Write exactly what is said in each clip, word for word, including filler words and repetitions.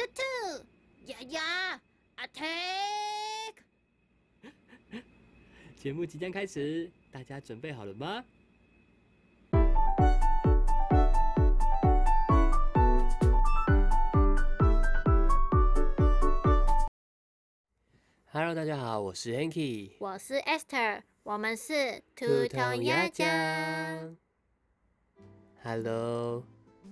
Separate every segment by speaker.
Speaker 1: 兔兔，呀呀 ，attack！
Speaker 2: 节目即将开始，大家准备好了吗？Hello， 大家好，我是 Hanky，
Speaker 1: 我是 Esther， 我们是
Speaker 2: 兔头鸭酱。Hello，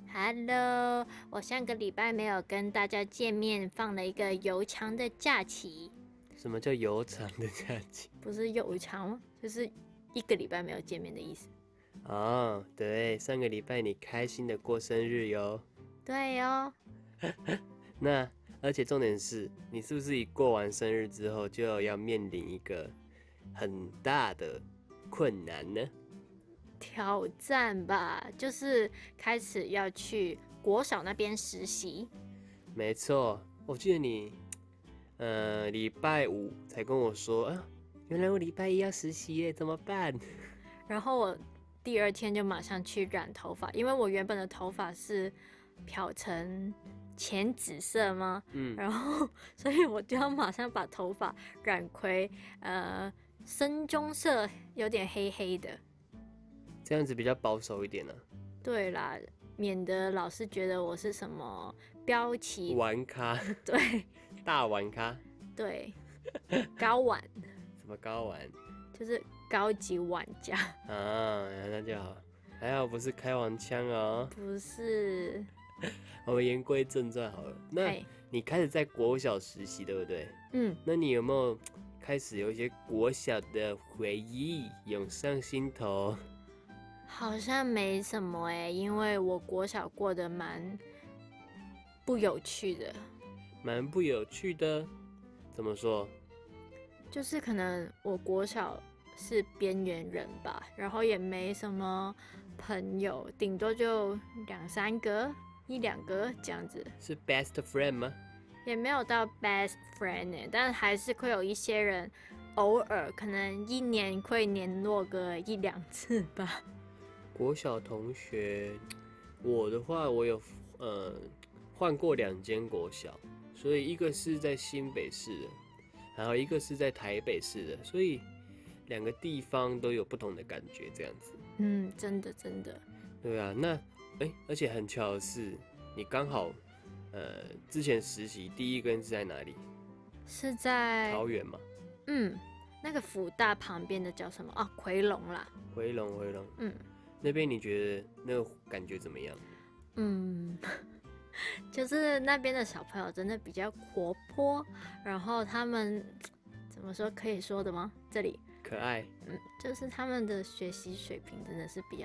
Speaker 1: Hello， 我上个礼拜没有跟大家见面，放了一个悠长的假期。
Speaker 2: 什么叫悠长的假期？
Speaker 1: 不是悠长吗？就是一个礼拜没有见面的意思。
Speaker 2: 哦，对，上个礼拜你开心的过生日哟。
Speaker 1: 对哟。
Speaker 2: 那而且重点是，你是不是一过完生日之后，就要面临一个很大的困难呢？
Speaker 1: 挑战吧，就是开始要去国小那边实习。
Speaker 2: 没错，我记得你，呃，礼拜五才跟我说啊，原来我礼拜一要实习耶，怎么办？
Speaker 1: 然后我第二天就马上去染头发，因为我原本的头发是漂成浅紫色吗？嗯，然后所以我就要马上把头发染回呃深棕色，有点黑黑的。
Speaker 2: 这样子比较保守一点呢、啊。
Speaker 1: 对啦，免得老师觉得我是什么标旗
Speaker 2: 玩咖。
Speaker 1: 对，
Speaker 2: 大玩咖。
Speaker 1: 对，高玩。
Speaker 2: 什么高玩？
Speaker 1: 就是高级玩家
Speaker 2: 啊，那就好，还好不是开黄腔哦。
Speaker 1: 不是。
Speaker 2: 我们言归正传好了。那你开始在国小实习，对不对？嗯。那你有没有开始有一些国小的回忆涌上心头？
Speaker 1: 好像没什么哎、欸，因为我国小过得蛮不有趣的。
Speaker 2: 蛮不有趣的？怎么说？
Speaker 1: 就是可能我国小是边缘人吧，然后也没什么朋友，顶多就两三个、一两个这样子。
Speaker 2: 是 best friend 吗？
Speaker 1: 也没有到 best friend 欸，但还是会有一些人，偶尔可能一年会联络个一两次吧。
Speaker 2: 国小同学，我的话，我有呃换过两间国小，所以一个是在新北市的，然后一个是在台北市的，所以两个地方都有不同的感觉，这样子。
Speaker 1: 嗯，真的真的。
Speaker 2: 对啊，那哎、欸，而且很巧的是，你刚好呃之前实习第一根是在哪里？
Speaker 1: 是在
Speaker 2: 桃园吗？
Speaker 1: 嗯，那个福大旁边的叫什么啊？奎隆啦。
Speaker 2: 回龙回龙。
Speaker 1: 嗯。
Speaker 2: 那边你觉得那个感觉怎么样？
Speaker 1: 嗯，就是那边的小朋友真的比较活泼，然后他们怎么说可以说的吗？这里
Speaker 2: 可爱。
Speaker 1: 嗯，就是他们的学习水平真的是比较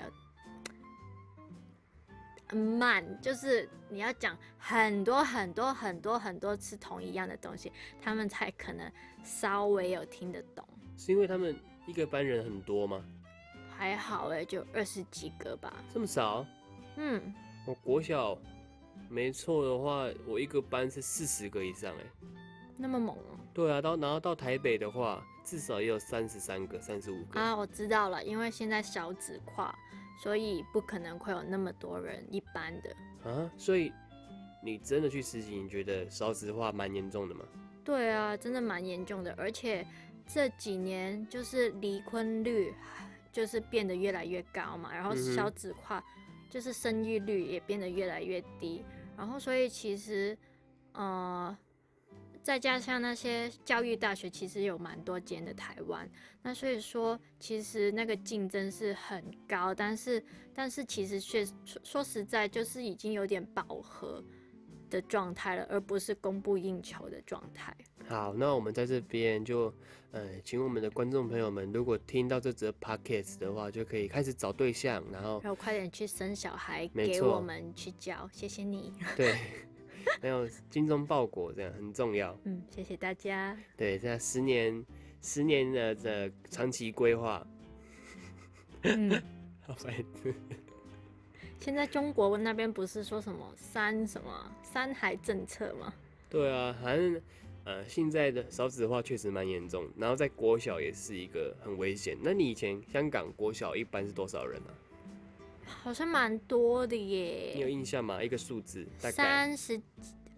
Speaker 1: 慢，就是你要讲很多很多很多很多次同一样的东西，他们才可能稍微有听得懂。
Speaker 2: 是因为他们一个班人很多吗？
Speaker 1: 还好哎、欸，就二十几个吧。
Speaker 2: 这么少？
Speaker 1: 嗯，
Speaker 2: 我国小没错的话，我一个班是四十个以上哎、欸。
Speaker 1: 那么猛哦、喔？
Speaker 2: 对啊，到然后到台北的话，至少也有三十三个、三十五个
Speaker 1: 啊。我知道了，因为现在少子化，所以不可能会有那么多人一般的
Speaker 2: 啊。所以你真的去实习，你觉得少子化蛮严重的吗？
Speaker 1: 对啊，真的蛮严重的，而且这几年就是离婚率。就是变得越来越高嘛，然后少子化，就是生育率也变得越来越低，然后所以其实，呃，再加上那些教育大学其实有蛮多间的台湾，那所以说其实那个竞争是很高，但是但是其实确说实在就是已经有点饱和的状态了，而不是供不应求的状态。
Speaker 2: 好，那我们在这边就，呃，请我们的观众朋友们，如果听到这则 podcast 的话，就可以开始找对象，然后，
Speaker 1: 然后快点去生小孩，给我们去教，谢谢你。
Speaker 2: 对，没有精忠报国，这样很重要。
Speaker 1: 嗯，谢谢大家。
Speaker 2: 对，这十年，十年的的长期规划。
Speaker 1: 嗯，
Speaker 2: 好白痴。
Speaker 1: 现在中国那边不是说什么三什么三孩政策吗？
Speaker 2: 对啊，反正呃现在的少子化确实蛮严重，然后在国小也是一个很危险。那你以前香港国小一般是多少人啊？
Speaker 1: 好像蛮多的耶。
Speaker 2: 你有印象吗？一个数字大概
Speaker 1: 三十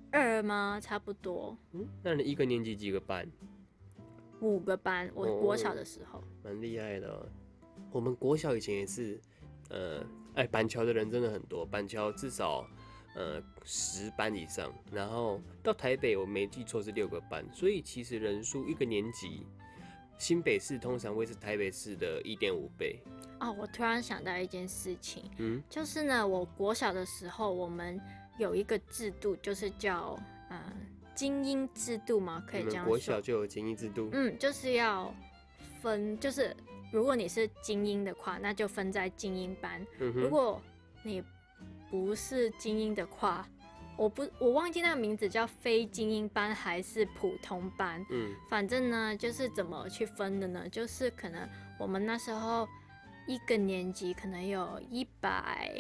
Speaker 1: 二吗？差不多。
Speaker 2: 嗯，那你一个年级几个班？
Speaker 1: 五个班，我国小的时候。
Speaker 2: 蛮、哦、厉害的、哦。我们国小以前也是，呃，哎，板桥的人真的很多，板桥至少呃十班以上，然后到台北我没记错是六个班，所以其实人数一个年级，新北市通常会是台北市的一点五倍。
Speaker 1: 哦，我突然想到一件事情，
Speaker 2: 嗯，
Speaker 1: 就是呢，我国小的时候，我们有一个制度，就是叫呃精英制度嘛，可以这样说。
Speaker 2: 国小就有精英制度？
Speaker 1: 嗯，就是要分，就是如果你是精英的话，那就分在精英班；
Speaker 2: 嗯、
Speaker 1: 如果你不是精英的话，我不我忘记那个名字叫非精英班还是普通班。
Speaker 2: 嗯，
Speaker 1: 反正呢，就是怎么去分的呢？就是可能我们那时候一个年级可能有一百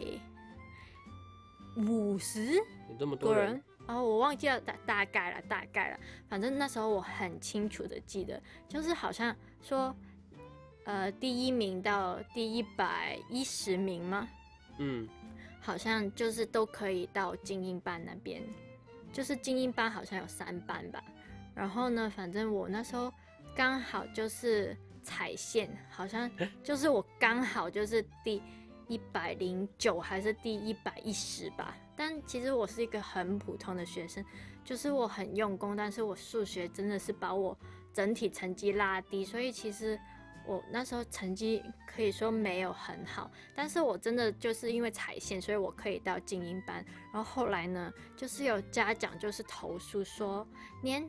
Speaker 1: 五十
Speaker 2: 有这么多人。
Speaker 1: 然后、哦、我忘记了大大概了，大概了。反正那时候我很清楚的记得，就是好像说，呃，第一名到第一百一十名吗？
Speaker 2: 嗯，
Speaker 1: 好像就是都可以到精英班那边，就是精英班好像有三班吧。然后呢，反正我那时候刚好就是踩线，好像就是我刚好就是第一百零九还是第一百一十吧。但其实我是一个很普通的学生，就是我很用功，但是我数学真的是把我整体成绩拉低，所以其实我那时候成绩可以说没有很好，但是我真的就是因为踩线，所以我可以到精英班。然后后来呢，就是有家长就是投诉说，连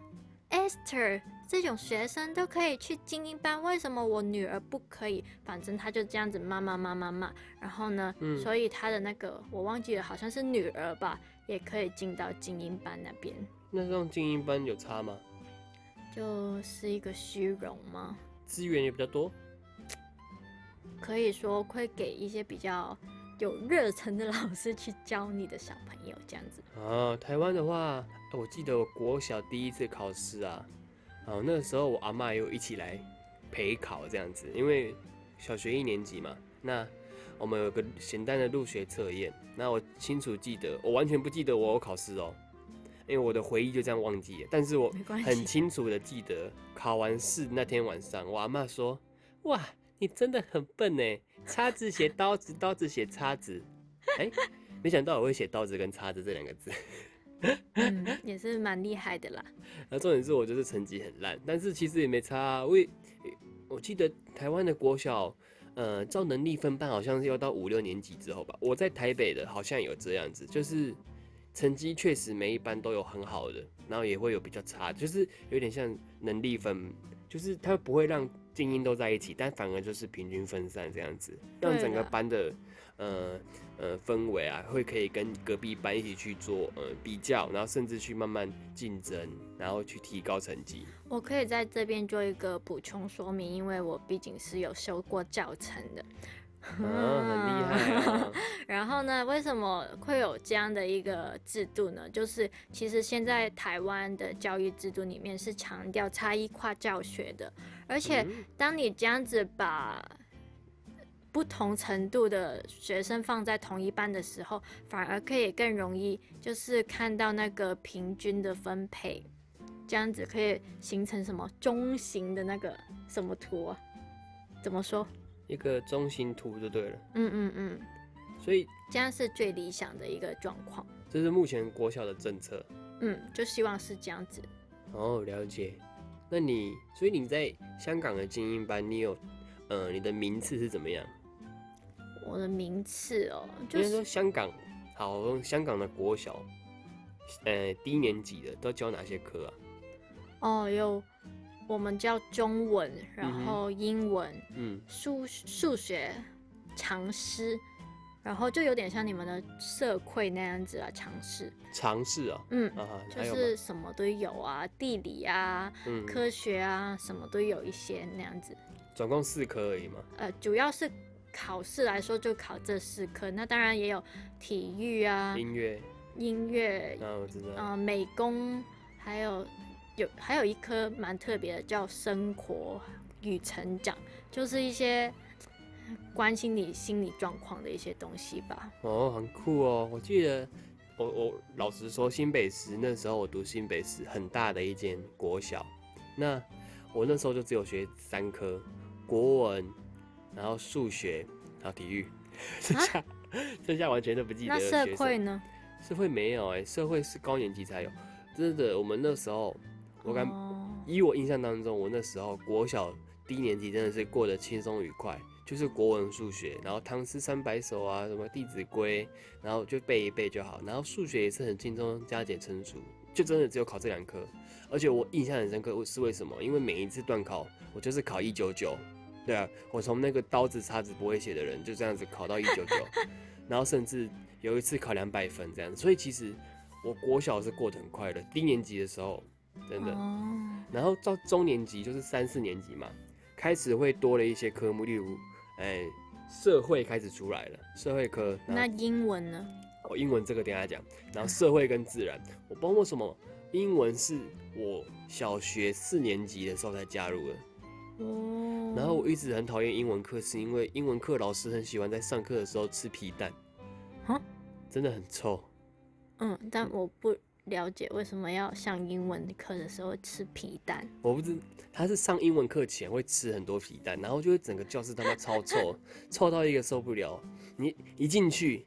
Speaker 1: Esther 这种学生都可以去精英班，为什么我女儿不可以？反正他就这样子骂骂骂骂骂，然后呢，嗯、所以他的那个我忘记了，好像是女儿吧，也可以进到精英班那边。
Speaker 2: 那这样精英班有差吗？
Speaker 1: 就是一个虚荣吗？
Speaker 2: 资源也比较多，
Speaker 1: 可以说会给一些比较有热忱的老师去教你的小朋友这样子。
Speaker 2: 啊，台湾的话，我记得我国小第一次考试啊，啊，那个时候我阿嬷也有一起来陪考这样子，因为小学一年级嘛，那我们有个简单的入学测验，那我清楚记得，我完全不记得我有考试哦，因为我的回忆就这样忘记了，但是我很清楚的记得考完试那天晚上，我阿嬷说：“哇，你真的很笨呢，叉子写刀子，刀子写叉子。”哎，没想到我会写刀子跟叉子这两个字。
Speaker 1: 嗯，也是蛮厉害的啦。
Speaker 2: 那重点是我就是成绩很烂，但是其实也没差啊。我我记得台湾的国小，呃，照能力分班好像是要到五六年级之后吧。我在台北的好像有这样子，就是成绩确实每一班都有很好的，然后也会有比较差的，就是有点像能力分，就是它不会让精英都在一起，但反而就是平均分散这样子，让整个班的呃呃氛围啊，会可以跟隔壁班一起去做呃比较，然后甚至去慢慢竞争，然后去提高成绩。
Speaker 1: 我可以在这边做一个补充说明，因为我毕竟是有修过教程的。
Speaker 2: 啊，很厉害啊！
Speaker 1: 然后呢，为什么会有这样的一个制度呢？就是其实现在台湾的教育制度里面是强调差异化教学的，而且当你这样子把不同程度的学生放在同一班的时候，反而可以更容易就是看到那个平均的分配，这样子可以形成什么中型的那个什么图啊？怎么说？
Speaker 2: 一个中心图就对了。
Speaker 1: 嗯嗯嗯。
Speaker 2: 所以
Speaker 1: 这样是最理想的一个状况。
Speaker 2: 这是目前国小的政策。
Speaker 1: 嗯，就希望是这样子。
Speaker 2: 哦，了解。那你，所以你在香港的精英班，你有，呃，你的名次是怎么样？
Speaker 1: 我的名次哦，就是
Speaker 2: 说香港，好，香港的国小，呃，低年级的都教哪些科啊？
Speaker 1: 哦，有我们叫中文，然后英文，
Speaker 2: 嗯，
Speaker 1: 数数学、常识，然后就有点像你们的社会那样子啊，常识。
Speaker 2: 常识啊，
Speaker 1: 嗯，
Speaker 2: 啊，
Speaker 1: 就是什么都有啊，地理啊，
Speaker 2: 嗯、
Speaker 1: 科学啊，什么都有一些那样子。
Speaker 2: 总共四科而已嘛。
Speaker 1: 呃，主要是考试来说就考这四科，那当然也有体育啊，
Speaker 2: 音乐，
Speaker 1: 音乐，
Speaker 2: 啊，我知道，
Speaker 1: 呃，美工，还有有还有一科蛮特别的，叫生活与成长，就是一些关心你心理状况的一些东西吧。
Speaker 2: 哦，很酷哦！我记得我我老实说，新北市那时候我读新北市很大的一间国小，那我那时候就只有学三科，国文，然后数学，还有体育，剩下、啊、剩下完全都不记得。
Speaker 1: 那社会呢？
Speaker 2: 社会没有哎、欸，社会是高年级才有。真的，我们那时候，我感、哦、以我印象当中，我那时候国小低年级真的是过得轻松愉快。就是国文、数学，然后唐诗三百首啊，什么《弟子规》，然后就背一背就好。然后数学也是很轻松，加减乘除，就真的只有考这两科。而且我印象很深刻是为什么？因为每一次段考，我就是考一九九，对啊，我从那个刀子叉子不会写的人，就这样子考到一九九，然后甚至有一次考两百分这样子。所以其实我国小是过得很快乐，低年级的时候真的，然后到中年级就是三四年级嘛，开始会多了一些科目，例如。哎，社会开始出来了，社会科。
Speaker 1: 那英文呢？
Speaker 2: 哦，英文这个等一下讲。然后社会跟自然，我不知道为什么英文是我小学四年级的时候才加入的。哦。然后我一直很讨厌英文课，是因为英文课老师很喜欢在上课的时候吃皮蛋。哈？真的很臭。
Speaker 1: 嗯，但我不了解为什么要上英文课的时候吃皮蛋。
Speaker 2: 我不知。他是上英文课前会吃很多皮蛋，然后就会整个教室他妈超臭，臭到一个受不了。你一进去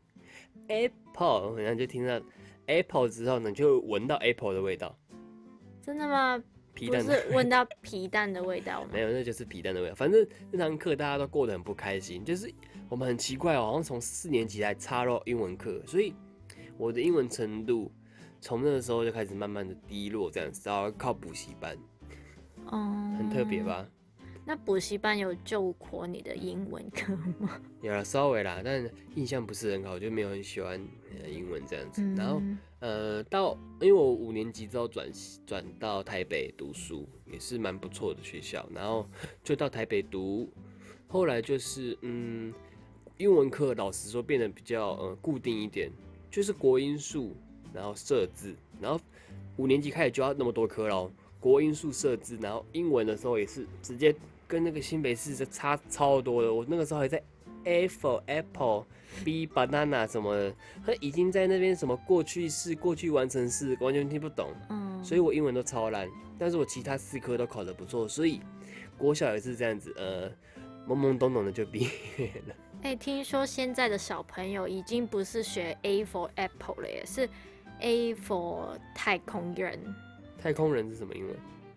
Speaker 2: ，apple， 然后就听到 apple 之后呢，你就闻到 apple 的味道。
Speaker 1: 真的吗？皮蛋不是闻到皮蛋的味道吗？
Speaker 2: 没有，那就是皮蛋的味道。反正那堂课大家都过得很不开心，就是我们很奇怪哦，好像从四年级来插入英文课，所以我的英文程度从那个时候就开始慢慢的低落，这样子，然后靠补习班。哦，很特别吧？
Speaker 1: 那补习班有救活你的英文课吗？
Speaker 2: 有啦，稍微啦，但印象不是很好，就没有很喜欢英文这样子。嗯、然后呃，到因为我五年级之后转转到台北读书，也是蛮不错的学校，然后就到台北读。后来就是嗯，英文课老实说变得比较呃固定一点，就是国英数，然后社字，然后五年级开始就要那么多科咯。国英数社字，然后英文的时候也是直接跟那个新北市差超多的。我那个时候还在 A for apple，B banana 什么的，他已经在那边什么过去式、过去完成式，完全听不懂。嗯，所以我英文都超烂，但是我其他四科都考得不错，所以国小也是这样子，呃，懵懵懂懂的就毕业了。
Speaker 1: 哎、欸，听说现在的小朋友已经不是学 A for apple 了耶，是 A for 太空人。
Speaker 2: 太空人是什么英文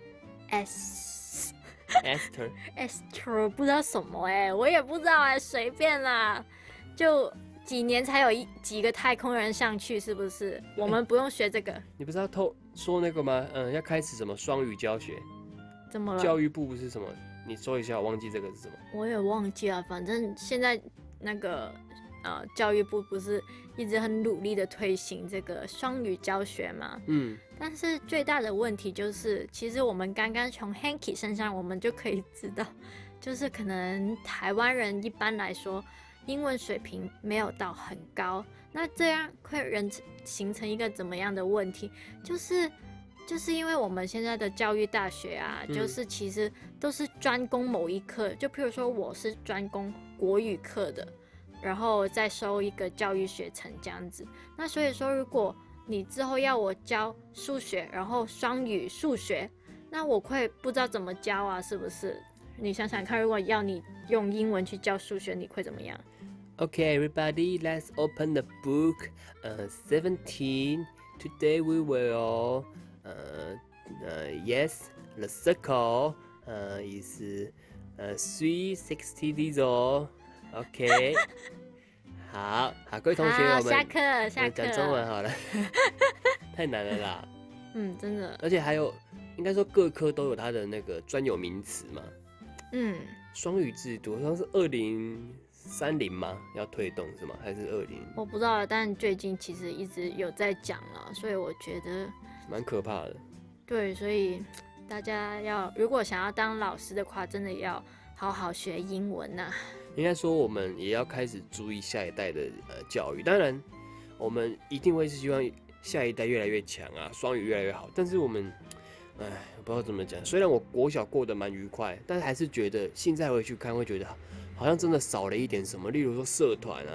Speaker 1: ？S
Speaker 2: Esther
Speaker 1: Esther 不知道什么哎、欸，我也不知道哎、欸，随便啦。就几年才有一几个太空人上去，是不是？我们不用学这个。欸、
Speaker 2: 你不是要偷说那个吗？嗯，要开始什么双语教学？
Speaker 1: 怎么了？
Speaker 2: 教育部是什么？你说一下，我忘记这个是什么。
Speaker 1: 我也忘记了，反正现在那个呃教育部不是一直很努力的推行这个双语教学嘛？嗯。但是最大的问题就是，其实我们刚刚从 Hanky 身上，我们就可以知道，就是可能台湾人一般来说，英文水平没有到很高。那这样会人形成一个怎么样的问题？就是就是因为我们现在的教育大学啊，嗯、就是其实都是专攻某一科，就譬如说我是专攻国语课的，然后再收一个教育学程这样子。那所以说，如果你之后要我教数学，然后双语数学，那我会不知道怎么教啊，是不是？你想想看，如果要你用英文去教数学，你会怎么样
Speaker 2: ？Okay, everybody, let's open the book. Uh, seventeen. Today we will. Uh, uh, yes, the circle. Uh, is uh three sixty zero. Okay. 好好，各位同学，我们
Speaker 1: 下课下课
Speaker 2: 讲中文好了，太难了啦。
Speaker 1: 嗯，真的。
Speaker 2: 而且还有，应该说各科都有它的那个专有名词嘛。嗯。双语制度好像是二零三零吗？要推动是吗？还是二零？
Speaker 1: 我不知道，但最近其实一直有在讲了，所以我觉得
Speaker 2: 蛮可怕的。
Speaker 1: 对，所以大家要如果想要当老师的话，真的要好好学英文呐、啊。
Speaker 2: 应该说，我们也要开始注意下一代的呃教育。当然，我们一定会是希望下一代越来越强啊，双语越来越好。但是我们，哎，我不知道怎么讲。虽然我国小过得蛮愉快，但是还是觉得现在回去看，会觉得好像真的少了一点什么。例如说社团啊，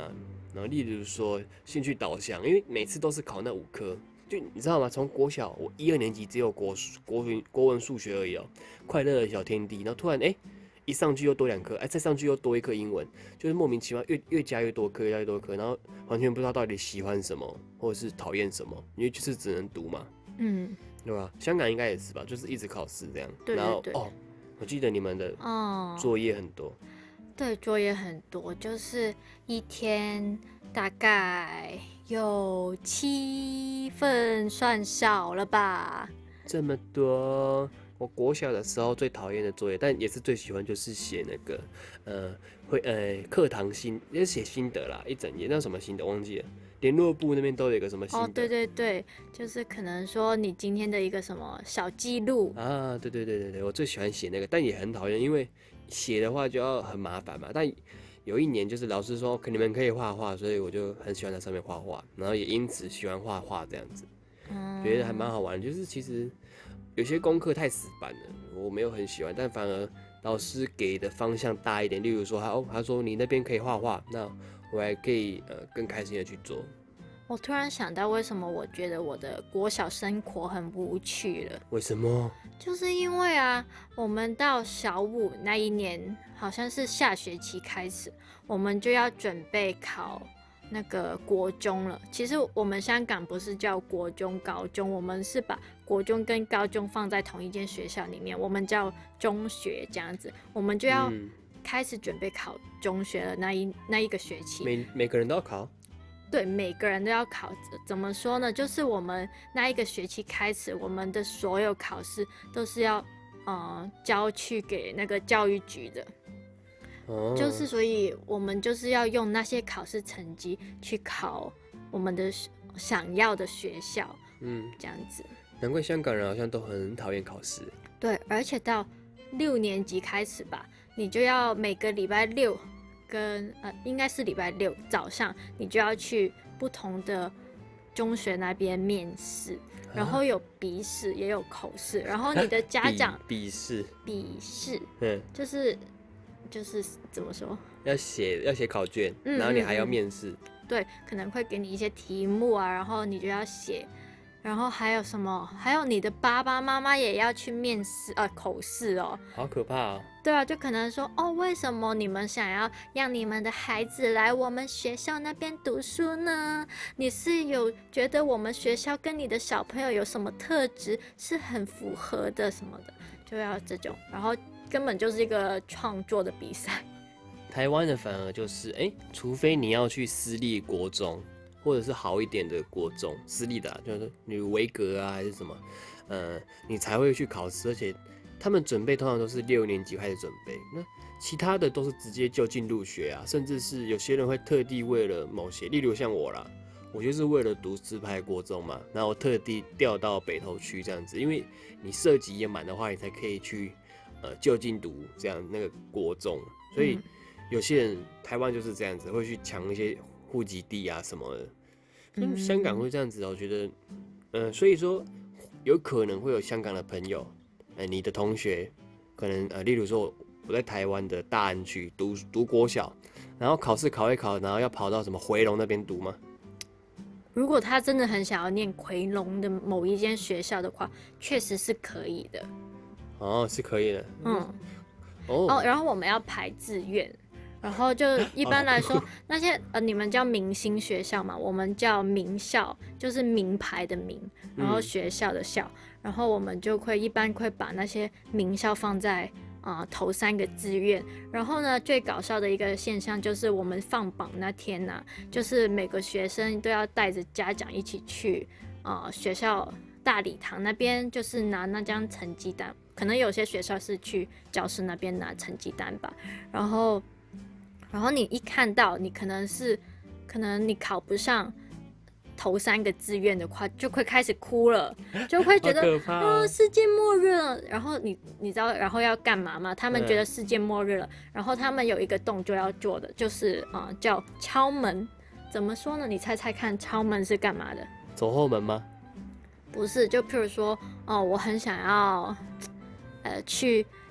Speaker 2: 然后例如说兴趣导向，因为每次都是考那五科，就你知道吗？从国小我一二年级只有国国文国文数学而已哦，快乐的小天地，然后突然哎、欸、一上去又多两科，哎再上去又多一科英文，就是莫名其妙越越加越多科，越加越多科，然后完全不知道到底喜欢什么或者是讨厌什么，因为就是只能读嘛，
Speaker 1: 嗯，
Speaker 2: 对吧？香港应该也是吧，就是一直考试这样，
Speaker 1: 对对
Speaker 2: 然后
Speaker 1: 对
Speaker 2: 哦，我记得你们的
Speaker 1: 哦，
Speaker 2: 作业很多，
Speaker 1: 对，作业很多，就是一天大概有七份，算少了吧？
Speaker 2: 这么多。我国小的时候最讨厌的作业，但也是最喜欢，就是写那个，呃，会呃课堂心，也是写心得啦，一整页，那什么心得忘记了。联络部那边都有一个什么心得？
Speaker 1: 哦，对对对，就是可能说你今天的一个什么小记录
Speaker 2: 啊，对对对对对，我最喜欢写那个，但也很讨厌，因为写的话就要很麻烦嘛。但有一年就是老师说，可你们可以画画，所以我就很喜欢在上面画画，然后也因此喜欢画画这样子，
Speaker 1: 嗯，
Speaker 2: 觉得还蛮好玩。就是其实有些功课太死板了，我没有很喜欢，但反而老师给的方向大一点，例如说他哦，他说你那边可以画画，那我还可以呃更开心的去做。
Speaker 1: 我突然想到，为什么我觉得我的国小生活很无趣了？
Speaker 2: 为什么？
Speaker 1: 就是因为啊，我们到小五那一年，好像是下学期开始，我们就要准备考那个国中了。其实我们香港不是叫国中、高中，我们是把国中跟高中放在同一间学校里面，我们叫中学这样子，我们就要开始准备考中学了那一那一个学期。
Speaker 2: 每每个人都要考？
Speaker 1: 对，每个人都要考。怎么说呢？就是我们那一个学期开始，我们的所有考试都是要呃交去给那个教育局的。
Speaker 2: 哦，
Speaker 1: 就是所以我们就是要用那些考试成绩去考我们的想要的学校。嗯，这样子。
Speaker 2: 难怪香港人好像都很讨厌考试。
Speaker 1: 对，而且到六年级开始吧，你就要每个礼拜六。跟呃，应该是礼拜六早上，你就要去不同的中学那边面试，然后有笔试也有口试，然后你的家长
Speaker 2: 笔试，
Speaker 1: 笔试，
Speaker 2: 嗯，
Speaker 1: 就是就是怎么说？
Speaker 2: 要写要写考卷，
Speaker 1: 嗯、
Speaker 2: 然后你还要面试、嗯嗯
Speaker 1: 嗯，对，可能会给你一些题目啊，然后你就要写。然后还有什么？还有你的爸爸妈妈也要去面试，呃，口试哦。
Speaker 2: 好可怕哦。
Speaker 1: 对啊，就可能说，哦，为什么你们想要让你们的孩子来我们学校那边读书呢？你是有觉得我们学校跟你的小朋友有什么特质是很符合的什么的，就要这种。然后根本就是一个创作的比赛。
Speaker 2: 台湾的反而就是，哎，除非你要去私立国中。或者是好一点的国中，私立的、啊，就是你维格啊还是什么，呃，你才会去考试，而且他们准备通常都是六年级开始准备，那其他的都是直接就近入学啊，甚至是有些人会特地为了某些，例如像我啦，我就是为了读直排国中嘛，然后我特地调到北投区这样子，因为你设籍也满的话，你才可以去呃就近读这样那个国中，所以有些人台湾就是这样子，会去抢一些户籍地啊什么的。嗯，香港会这样子，我觉得，嗯、呃，所以说有可能会有香港的朋友，呃，你的同学，可能呃，例如说我在台湾的大安区读读国小，然后考试考一考，然后要跑到什么回龙那边读吗？
Speaker 1: 如果他真的很想要念回龙的某一间学校的话，确实是可以的。
Speaker 2: 哦，是可以的。
Speaker 1: 嗯。哦, 哦，然后我们要排志愿。然后就一般来说，那些呃，你们叫明星学校嘛，我们叫名校，就是名牌的名，然后学校的校，嗯、然后我们就会一般会把那些名校放在啊、呃、头三个志愿。然后呢，最搞笑的一个现象就是我们放榜那天呢、啊，就是每个学生都要带着家长一起去啊、呃、学校大礼堂那边，就是拿那张成绩单。可能有些学校是去教室那边拿成绩单吧，然后。然后你一看到你可能是，可能你考不上头三个志愿的话，就会开始哭了，就会觉得啊、哦、世界末日了。然后你你知道，然后要干嘛吗？他们觉得世界末日了，嗯、然后他们有一个动作要做的，就是啊、呃、叫敲门。怎么说呢？你猜猜看，敲门是干嘛的？
Speaker 2: 走后门吗？
Speaker 1: 不是，就譬如说，哦，我很想要，呃，去。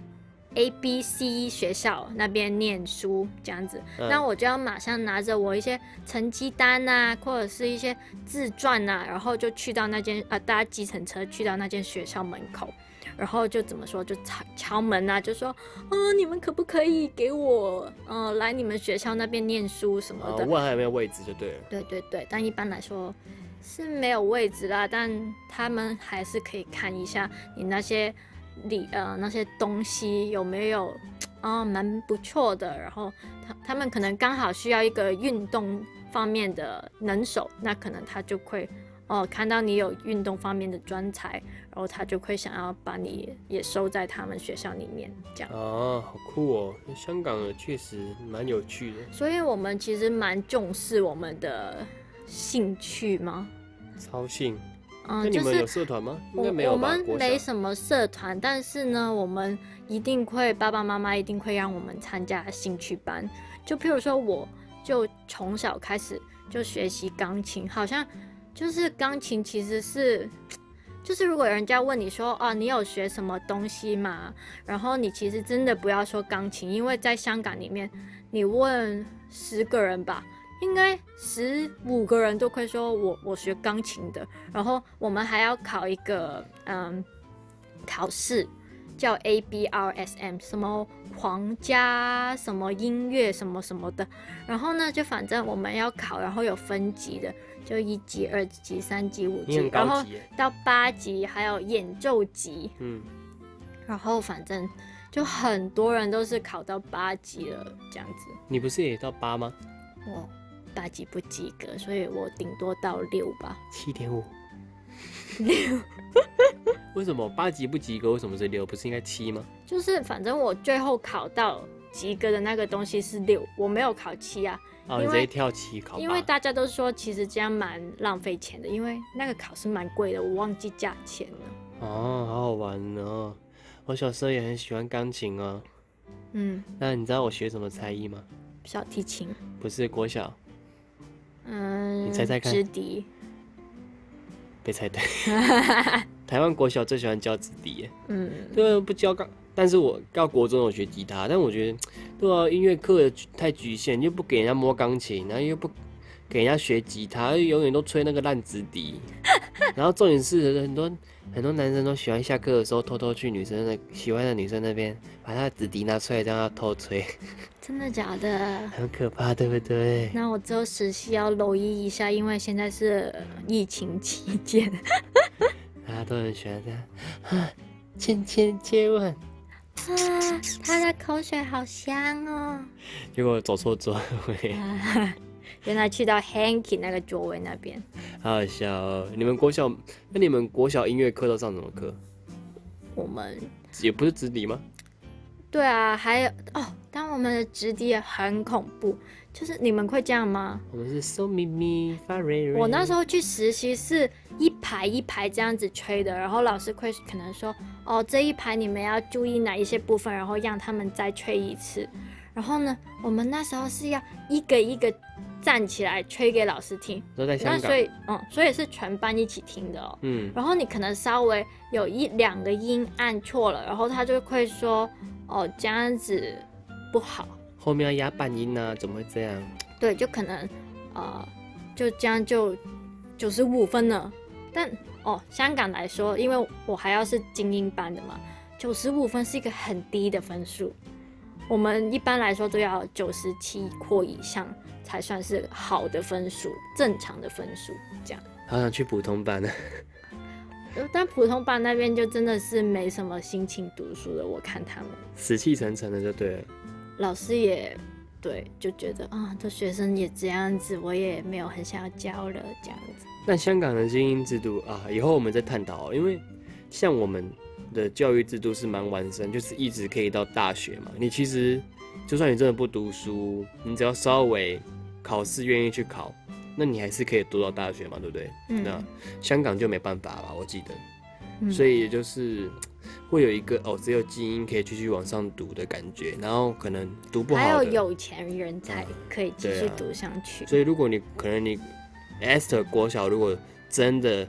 Speaker 1: A B C 学校那边念书这样子，
Speaker 2: 嗯、
Speaker 1: 那我就要马上拿着我一些成绩单啊，或者是一些自传啊，然后就去到那间呃搭计程车去到那间学校门口，然后就怎么说就敲敲门啊，就说哦你们可不可以给我呃来你们学校那边念书什么的，
Speaker 2: 哦、问还有没有位置就对了。
Speaker 1: 对对对，但一般来说是没有位置啦，但他们还是可以看一下你那些里呃那些东西有没有啊蛮不错的，然后他他们可能刚好需要一个运动方面的能手，那可能他就会哦看到你有运动方面的专才，然后他就会想要把你也收在他们学校里面这样。
Speaker 2: 哦，好酷哦！香港的确实蛮有趣的，
Speaker 1: 所以我们其实蛮重视我们的兴趣吗？
Speaker 2: 超兴。
Speaker 1: 嗯，
Speaker 2: 那你们有
Speaker 1: 就是
Speaker 2: 社团吗？应该没有吧？
Speaker 1: 我们
Speaker 2: 国小
Speaker 1: 没什么社团，但是呢，我们一定会爸爸妈妈一定会让我们参加兴趣班。就譬如说，我就从小开始就学习钢琴，好像就是钢琴其实是，就是如果人家问你说哦，你有学什么东西吗？然后你其实真的不要说钢琴，因为在香港里面，你问十个人吧。应该十五个人都会说我我学钢琴的，然后我们还要考一个嗯考试，叫 A B R S M， 什么皇家什么音乐什么什么的，然后呢就反正我们要考，然后有分级的，就一级、二级、三级、五级，然后到八级，还有演奏级，嗯，然后反正就很多人都是考到八级了这样子。
Speaker 2: 你不是也到八吗？
Speaker 1: 我八级不及格，所以我顶多到六吧。
Speaker 2: 七点五，
Speaker 1: 六。
Speaker 2: 为什么八级不及格？为什么是六？不是应该七吗？
Speaker 1: 就是反正我最后考到及格的那个东西是六，我没有考七啊。
Speaker 2: 哦，你直接跳七考八。
Speaker 1: 因为大家都说其实这样蛮浪费钱的，因为那个考试蛮贵的，我忘记价钱了。
Speaker 2: 哦，好好玩哦！我小时候也很喜欢钢琴哦。
Speaker 1: 嗯。那
Speaker 2: 你知道我学什么才艺吗？
Speaker 1: 小提琴。
Speaker 2: 不是国小。
Speaker 1: 嗯，
Speaker 2: 你猜猜看。
Speaker 1: 直笛。
Speaker 2: 别猜对。台湾国小最喜欢教直笛耶。
Speaker 1: 嗯。
Speaker 2: 对啊，不教钢，但是我到国中有学吉他，但我觉得，对啊，音乐课太局限，又不给人家摸钢琴，然后又不给人家学吉他，永远都吹那个烂直笛。然后重点是很多很多男生都喜欢下课的时候偷偷去女生的喜欢的女生那边，把她的直笛拿出来让她偷吹。
Speaker 1: 真的假的？
Speaker 2: 很可怕，对不对？
Speaker 1: 那我之后实习要留意一下，因为现在是疫情期间。
Speaker 2: 大家都很喜欢这样，啊，亲亲接吻。
Speaker 1: 啊，他的口水好香哦。
Speaker 2: 结果走错座位。
Speaker 1: 啊，原来去到 Hanky 那个座位那边。
Speaker 2: 好好笑哦！你们国小，那你们国小音乐课都上什么课？
Speaker 1: 我们
Speaker 2: 也不是直笛吗？
Speaker 1: 对啊，还有哦，但我们的直笛也很恐怖，就是你们会这样吗？
Speaker 2: 我们是嗦咪咪发瑞瑞。
Speaker 1: 我那时候去实习是一排一排这样子吹的，然后老师会可能说，哦，这一排你们要注意哪一些部分，然后让他们再吹一次。然后呢，我们那时候是要一个一个站起来吹给老师听。
Speaker 2: 都在香港。
Speaker 1: 那所以，嗯，所以是全班一起听的哦。
Speaker 2: 嗯。
Speaker 1: 然后你可能稍微有一两个音按错了，然后他就会说，哦，这样子不好。
Speaker 2: 后面要压半音啊，怎么会这样？
Speaker 1: 对，就可能，呃，就这样就九十五分了。但哦，香港来说，因为我还要是精英班的嘛，九十五分是一个很低的分数。我们一般来说都要九十七或以上才算是好的分数，正常的分数这样。
Speaker 2: 好想去普通班呢。
Speaker 1: 但普通班那边就真的是没什么心情读书的，我看他们
Speaker 2: 死气沉沉的就对了。
Speaker 1: 老师也对，就觉得啊，这学生也这样子，我也没有很想要教了这样子。
Speaker 2: 那香港的精英制度啊，以后我们再探讨，因为像我们的教育制度是蛮完善，就是一直可以到大学嘛。你其实就算你真的不读书，你只要稍微考试愿意去考，那你还是可以读到大学嘛，对不对？嗯。那香港就没办法吧，我记得。嗯、所以也就是会有一个哦，只有精英可以继续往上读的感觉，然后可能读不好的
Speaker 1: 还有有钱人才可以继续读上去。
Speaker 2: 啊、所以如果你可能你 Esther 国小如果真的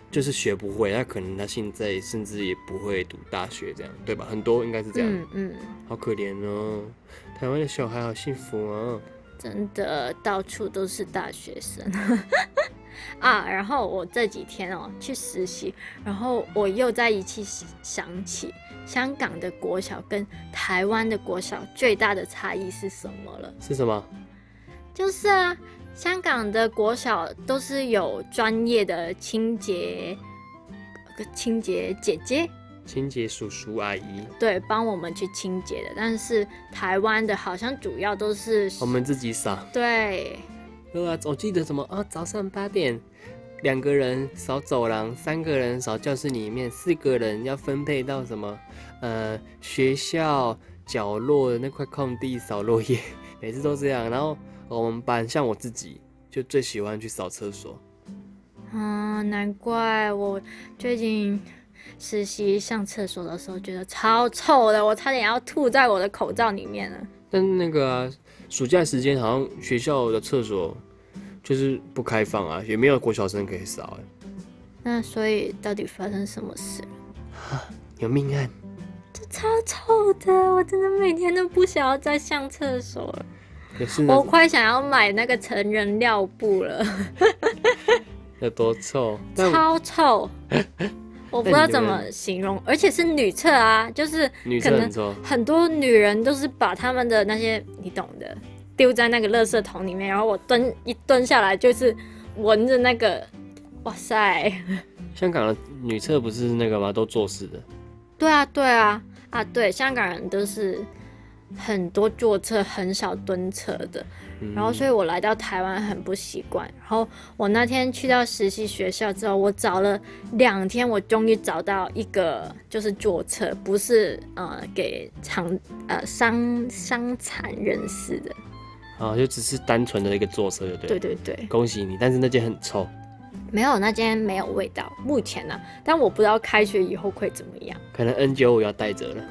Speaker 2: 就是学不会，他可能他现在甚至也不会读大学，这样对吧？很多应该是这样。
Speaker 1: 嗯嗯，
Speaker 2: 好可怜哦，台湾的小孩好幸福哦。
Speaker 1: 真的到处都是大学生啊！然后我这几天哦去实习，然后我又在一起想起香港的国小跟台湾的国小最大的差异是什么了？
Speaker 2: 是什么？
Speaker 1: 就是啊，香港的国小都是有专业的清洁清洁姐姐。
Speaker 2: 清洁叔叔阿姨，
Speaker 1: 对，帮我们去清洁的。但是台湾的好像主要都是
Speaker 2: 我们自己扫。
Speaker 1: 对，
Speaker 2: 对啊，我记得什么啊？早上八点，两个人扫走廊，三个人扫教室里面，四个人要分配到什么？呃，学校角落的那块空地扫落叶，每次都这样。然后我们班像我自己，就最喜欢去扫厕所。
Speaker 1: 嗯，难怪我最近实习上厕所的时候觉得超臭的，我差点要吐在我的口罩里面了。
Speaker 2: 但那个啊，暑假时间好像学校的厕所就是不开放啊，也没有国小生可以扫哎。
Speaker 1: 那所以到底发生什么事了？
Speaker 2: 啊，有命案！
Speaker 1: 这超臭的，我真的每天都不想要再上厕所了。我快想要买那个成人尿布了。
Speaker 2: 有多臭？
Speaker 1: 超臭！我不知道怎么形容，而且是女厕啊，就是可能很多女人都是把她们的那些你懂的丢在那个垃圾桶里面，然后我蹲一蹲下来就是闻着那个，哇塞！
Speaker 2: 香港的女厕不是那个吗？都坐式的。
Speaker 1: 对啊，对啊，啊对，香港人都是很多坐厕，很少蹲厕的。然后，所以我来到台湾很不习惯。然后我那天去到实习学校之后，我找了两天，我终于找到一个就是坐厕，不是呃给长呃伤伤残人士的。
Speaker 2: 啊，就只是单纯的一个坐厕，对不对？
Speaker 1: 对对对，
Speaker 2: 恭喜你！但是那间很臭。
Speaker 1: 没有，那间没有味道，目前呢、啊，但我不知道开学以后会怎么样。
Speaker 2: 可能 N 九五 要带着了。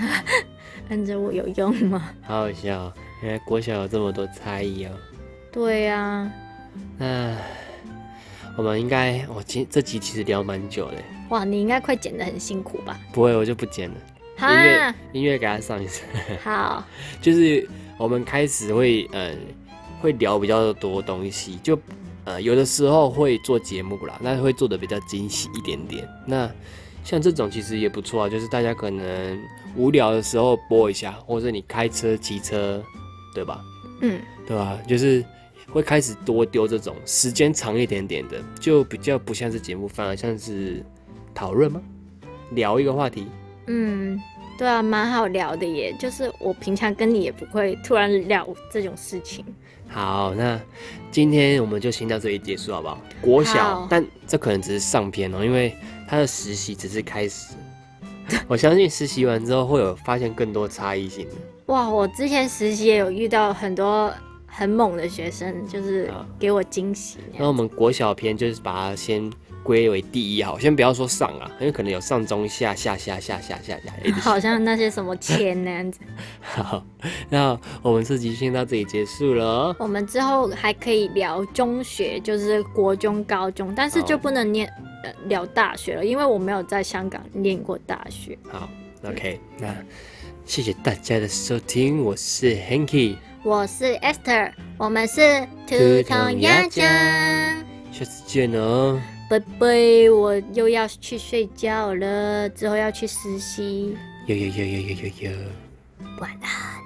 Speaker 1: N 九五有用吗？
Speaker 2: 好好笑、哦。原来国小有这么多差异哦。
Speaker 1: 对呀、啊，
Speaker 2: 那我们应该，我今这集其实聊蛮久的。
Speaker 1: 哇，你应该快剪得很辛苦吧？
Speaker 2: 不会，我就不剪了。音乐音乐给他上一次。
Speaker 1: 好，
Speaker 2: 就是我们开始会呃会聊比较多东西，就呃有的时候会做节目啦，那会做的比较精细一点点。那像这种其实也不错啊，就是大家可能无聊的时候播一下，或者你开车、骑车，对吧？
Speaker 1: 嗯，
Speaker 2: 对吧？就是会开始多丢这种时间长一点点的，就比较不像是节目，反而像是讨论吗？聊一个话题。
Speaker 1: 嗯，对啊，蛮好聊的耶。就是我平常跟你也不会突然聊这种事情。
Speaker 2: 好，那今天我们就先到这里结束，好不好？国小，但这可能只是上篇哦、喔，因为他的实习只是开始。我相信实习完之后会有发现更多差异性的。
Speaker 1: 哇，我之前实习也有遇到很多很猛的学生，就是给我惊喜。
Speaker 2: 那我们国小篇就是把它先归为第一好，先不要说上啊，因为可能有上中下下下下下下下，
Speaker 1: 好像那些什么签那样子。
Speaker 2: 好，那我们这集先到这里结束了。
Speaker 1: 我们之后还可以聊中学，就是国中、高中，但是就不能念呃聊大学了，因为我没有在香港念过大学。
Speaker 2: 好 ，OK， 那谢谢大家的收听，我是 Hanky，
Speaker 1: 我是 Esther， 我们是兔童鸭酱，
Speaker 2: 下次见哦。
Speaker 1: 拜拜，我又要去睡觉了，之后要去实习。
Speaker 2: 有有有有有有有，
Speaker 1: 晚安。